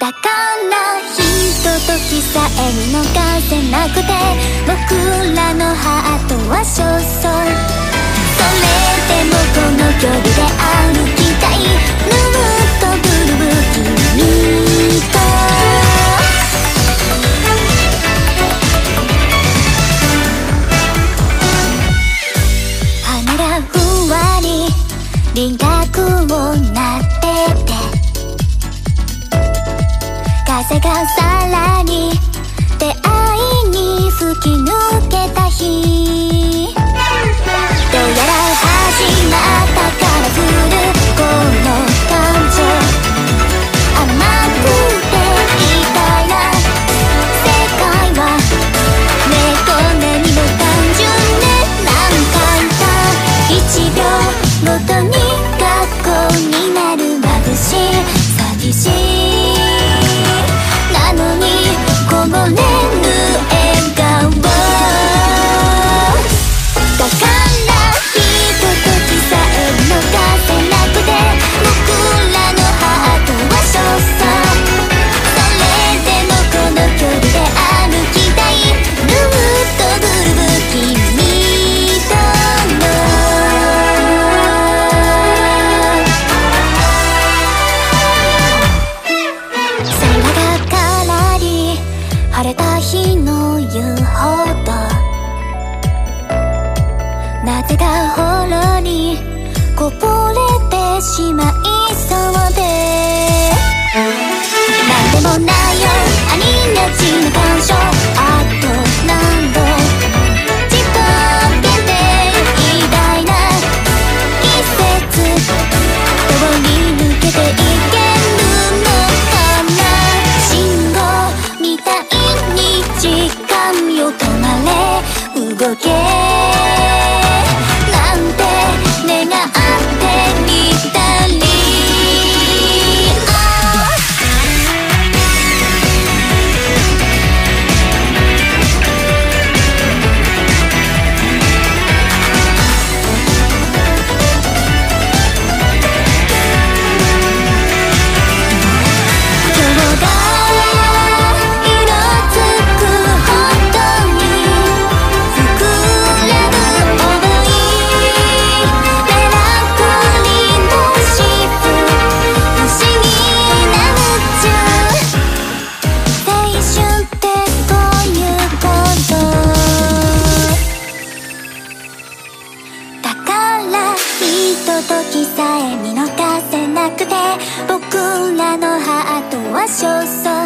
だからひとときさえ見逃せなくて、僕らのハートは焦燥。それでもこの距離で歩きたい。ぬっとブルブ君と羽がふわり輪郭をなってて、風がさらに出会いに吹き抜けた日、どうやら始まったカラフルこの感情、甘くて痛いな世界は猫目にも単純で何回か1秒ごとに過去になる眩しい寂しいなのにこぼれる笑顔だからひとときさえ見逃せなくて、僕らのハートは焦燥。それでもこの距離で歩きたい。ルートブルブ君との空がからり晴れた日の夕ほど、なぜかほろりこぼれてしまいそうで、なんでもないよありがちな感傷。あと何度自分限定偉大な季節通り抜けていけるのかな。信号みたいに時間よ止まれ動けなんて願ってみたり、今日が色づくほどに膨らむ想い、メランコリーのシフ不思議な宇宙、青春ってこういうことだからひとときさえ見逃せなくて、僕らのハートは焦燥。